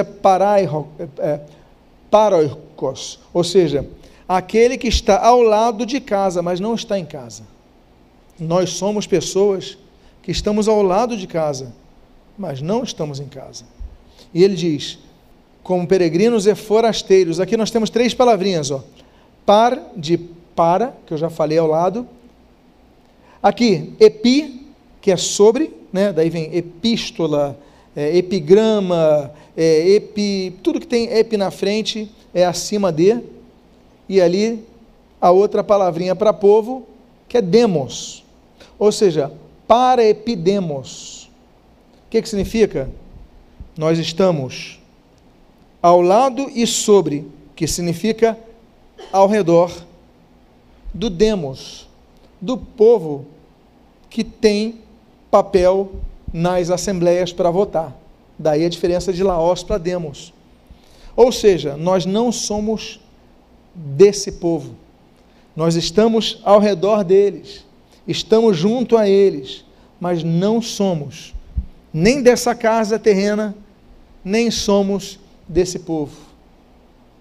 paroikos, ou seja, aquele que está ao lado de casa, mas não está em casa. Nós somos pessoas que estamos ao lado de casa, mas não estamos em casa. E ele diz, como peregrinos e forasteiros, aqui nós temos três palavrinhas, ó. Para, que eu já falei ao lado. Aqui, epi, que é sobre, né? Daí vem epístola, epigrama, tudo que tem epi na frente é acima de, e ali a outra palavrinha para povo, que é demos, ou seja, para epidemos. O que significa? Nós estamos ao lado e sobre, que significa ao redor do demos, do povo que tem papel nas assembleias para votar. Daí a diferença de laos para demos. Ou seja, nós não somos desse povo. Nós estamos ao redor deles, estamos junto a eles, mas não somos nem dessa casa terrena, nem somos desse povo.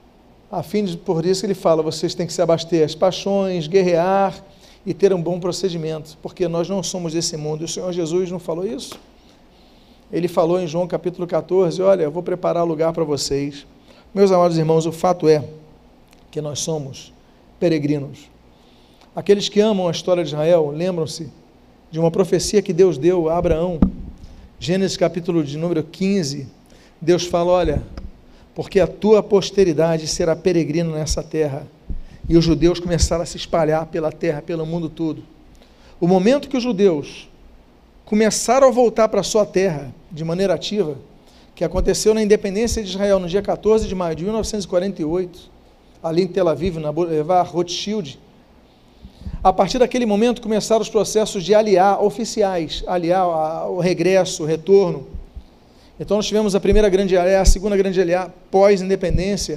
Por isso ele fala, vocês têm que se abaster as paixões, guerrear e ter um bom procedimento, porque nós não somos desse mundo. E o Senhor Jesus não falou isso? Ele falou em João capítulo 14, olha, eu vou preparar lugar para vocês. Meus amados irmãos, o fato é que nós somos peregrinos. Aqueles que amam a história de Israel, lembram-se de uma profecia que Deus deu a Abraão. Gênesis capítulo de número 15, Deus fala, olha, porque a tua posteridade será peregrina nessa terra. E os judeus começaram a se espalhar pela terra, pelo mundo todo. O momento que os judeus começaram a voltar para a sua terra, de maneira ativa, que aconteceu na independência de Israel, no dia 14 de maio de 1948, ali em Tel Aviv, na Boulevard Rothschild, a partir daquele momento começaram os processos de aliar oficiais, aliar o regresso, o retorno. Então nós tivemos a primeira grande aliar, a segunda grande aliar pós-independência,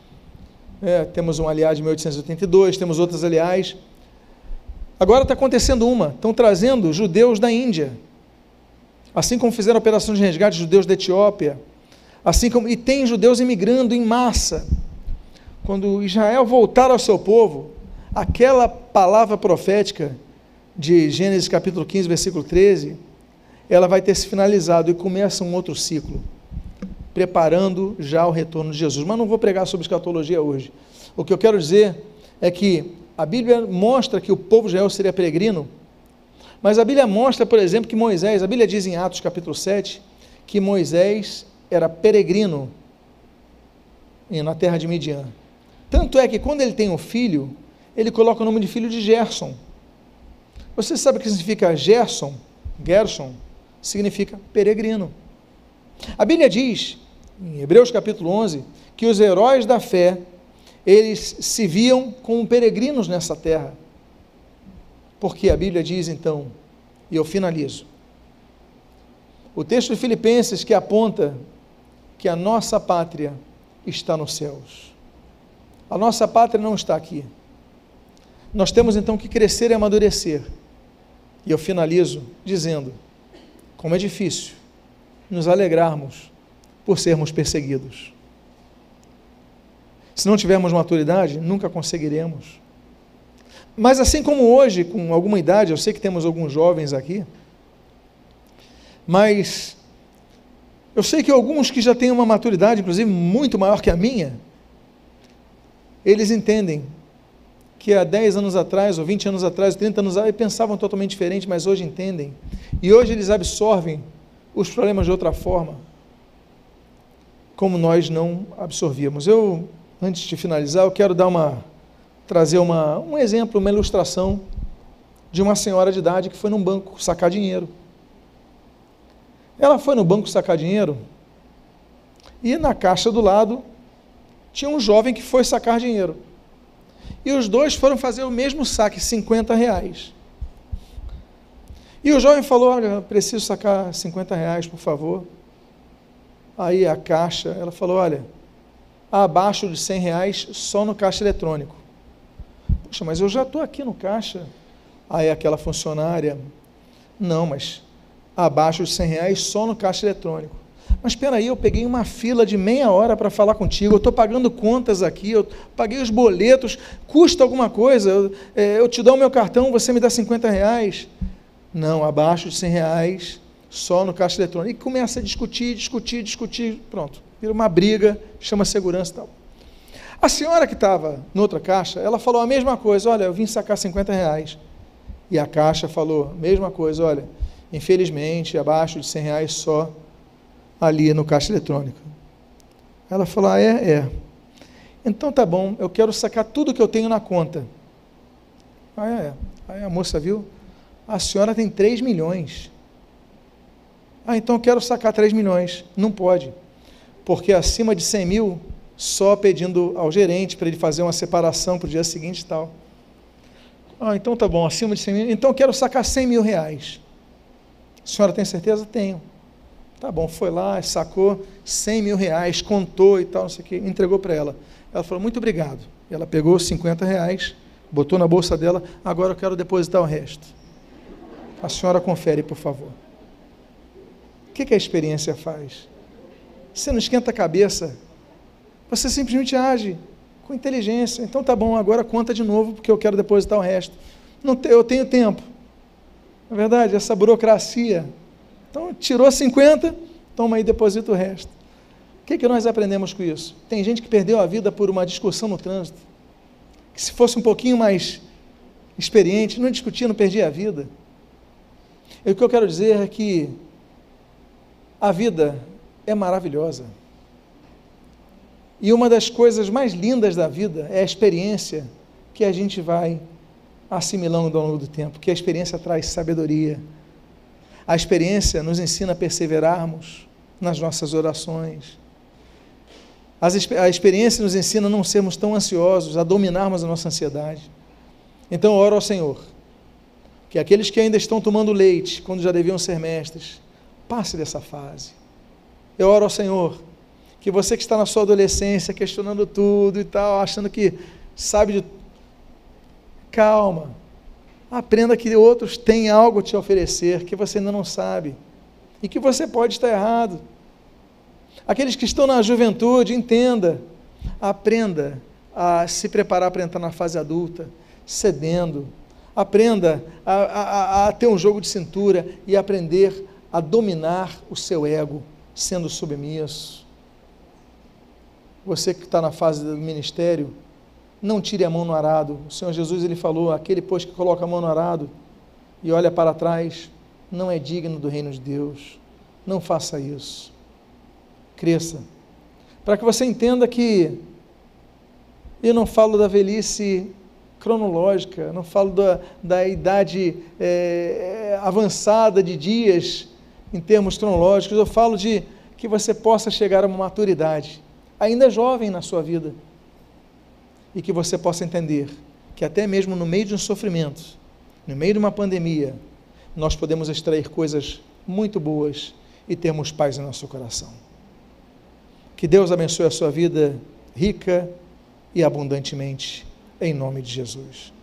temos um aliar de 1882, temos outras aliás. Agora está acontecendo estão trazendo judeus da Índia, assim como fizeram a operação de resgate, judeus da Etiópia, e tem judeus imigrando em massa. Quando Israel voltar ao seu povo, aquela palavra profética de Gênesis capítulo 15, versículo 13, ela vai ter se finalizado e começa um outro ciclo, preparando já o retorno de Jesus. Mas não vou pregar sobre escatologia hoje. O que eu quero dizer é que a Bíblia mostra que o povo de Israel seria peregrino, mas a Bíblia mostra, por exemplo, que Moisés, a Bíblia diz em Atos capítulo 7, que Moisés era peregrino na terra de Midian. Tanto é que quando ele tem um filho, ele coloca o nome de filho de Gerson. Você sabe o que significa Gerson? Gerson significa peregrino. A Bíblia diz, em Hebreus capítulo 11, que os heróis da fé, eles se viam como peregrinos nessa terra. Porque a Bíblia diz então, e eu finalizo, o texto de Filipenses que aponta que a nossa pátria está nos céus. A nossa pátria não está aqui. Nós temos então que crescer e amadurecer. E eu finalizo dizendo, como é difícil nos alegrarmos por sermos perseguidos. Se não tivermos maturidade, nunca conseguiremos. Mas assim como hoje, com alguma idade, eu sei que temos alguns jovens aqui, mas eu sei que alguns que já têm uma maturidade, inclusive muito maior que a minha, eles entendem que há 10 anos atrás, ou 20 anos atrás, ou 30 anos atrás, pensavam totalmente diferente, mas hoje entendem. E hoje eles absorvem os problemas de outra forma, como nós não absorvíamos. Antes de finalizar, eu quero trazer um exemplo, uma ilustração de uma senhora de idade que foi num banco sacar dinheiro. Ela foi no banco sacar dinheiro e na caixa do lado tinha um jovem que foi sacar dinheiro. E os dois foram fazer o mesmo saque, R$50. E o jovem falou, olha, eu preciso sacar R$50, por favor. Aí a caixa, ela falou, olha, abaixo de R$100 só no caixa eletrônico. Poxa, mas eu já estou aqui no caixa. Aí aquela funcionária, não, mas abaixo de R$100 só no caixa eletrônico. Mas espera aí, eu peguei uma fila de meia hora para falar contigo, eu estou pagando contas aqui, eu paguei os boletos, custa alguma coisa, eu te dou o meu cartão, você me dá R$50. Não, abaixo de R$100 só no caixa eletrônico. E começa a discutir, pronto, vira uma briga, chama segurança e tal. A senhora que estava noutra caixa, ela falou a mesma coisa, olha, eu vim sacar R$50. E a caixa falou a mesma coisa, olha, infelizmente, abaixo de R$100 só ali no caixa eletrônico. Ela falou, então tá bom, eu quero sacar tudo que eu tenho na conta. Aí a moça viu, a senhora tem 3 milhões. Então eu quero sacar 3 milhões. Não pode, porque acima de 100 mil, só pedindo ao gerente para ele fazer uma separação para o dia seguinte e tal. Então tá bom, acima de 100 mil, então eu quero sacar R$100 mil. A senhora tem certeza? Tenho. Tá bom, foi lá, sacou R$100 mil, contou e tal, não sei o que, entregou para ela. Ela falou, muito obrigado. Ela pegou R$50, botou na bolsa dela, agora eu quero depositar o resto. A senhora confere, por favor. O que a experiência faz? Você não esquenta a cabeça, você simplesmente age. Com inteligência. Então tá bom, agora conta de novo, porque eu quero depositar o resto. Eu tenho tempo. Na verdade, essa burocracia. Então, tirou 50, toma aí, deposita o resto. O que nós aprendemos com isso? Tem gente que perdeu a vida por uma discussão no trânsito, que se fosse um pouquinho mais experiente, não discutia, não perdia a vida. E o que eu quero dizer é que a vida é maravilhosa. E uma das coisas mais lindas da vida é a experiência que a gente vai assimilando ao longo do tempo, que a experiência traz sabedoria. A experiência nos ensina a perseverarmos nas nossas orações. A experiência nos ensina a não sermos tão ansiosos, a dominarmos a nossa ansiedade. Então eu oro ao Senhor, que aqueles que ainda estão tomando leite, quando já deviam ser mestres, passe dessa fase. Eu oro ao Senhor, que você que está na sua adolescência, questionando tudo e tal, achando que sabe de... Calma, aprenda que outros têm algo a te oferecer, que você ainda não sabe, e que você pode estar errado. Aqueles que estão na juventude, entenda, aprenda a se preparar para entrar na fase adulta, cedendo, aprenda a ter um jogo de cintura e aprender a dominar o seu ego, sendo submisso. Você que está na fase do ministério, não tire a mão no arado. O Senhor Jesus, ele falou, aquele pois que coloca a mão no arado e olha para trás, não é digno do reino de Deus. Não faça isso. Cresça. Para que você entenda que eu não falo da velhice cronológica, não falo da idade avançada de dias em termos cronológicos, eu falo de que você possa chegar a uma maturidade, ainda jovem na sua vida, e que você possa entender que até mesmo no meio de um sofrimento, no meio de uma pandemia, nós podemos extrair coisas muito boas e termos paz em nosso coração. Que Deus abençoe a sua vida rica e abundantemente, em nome de Jesus.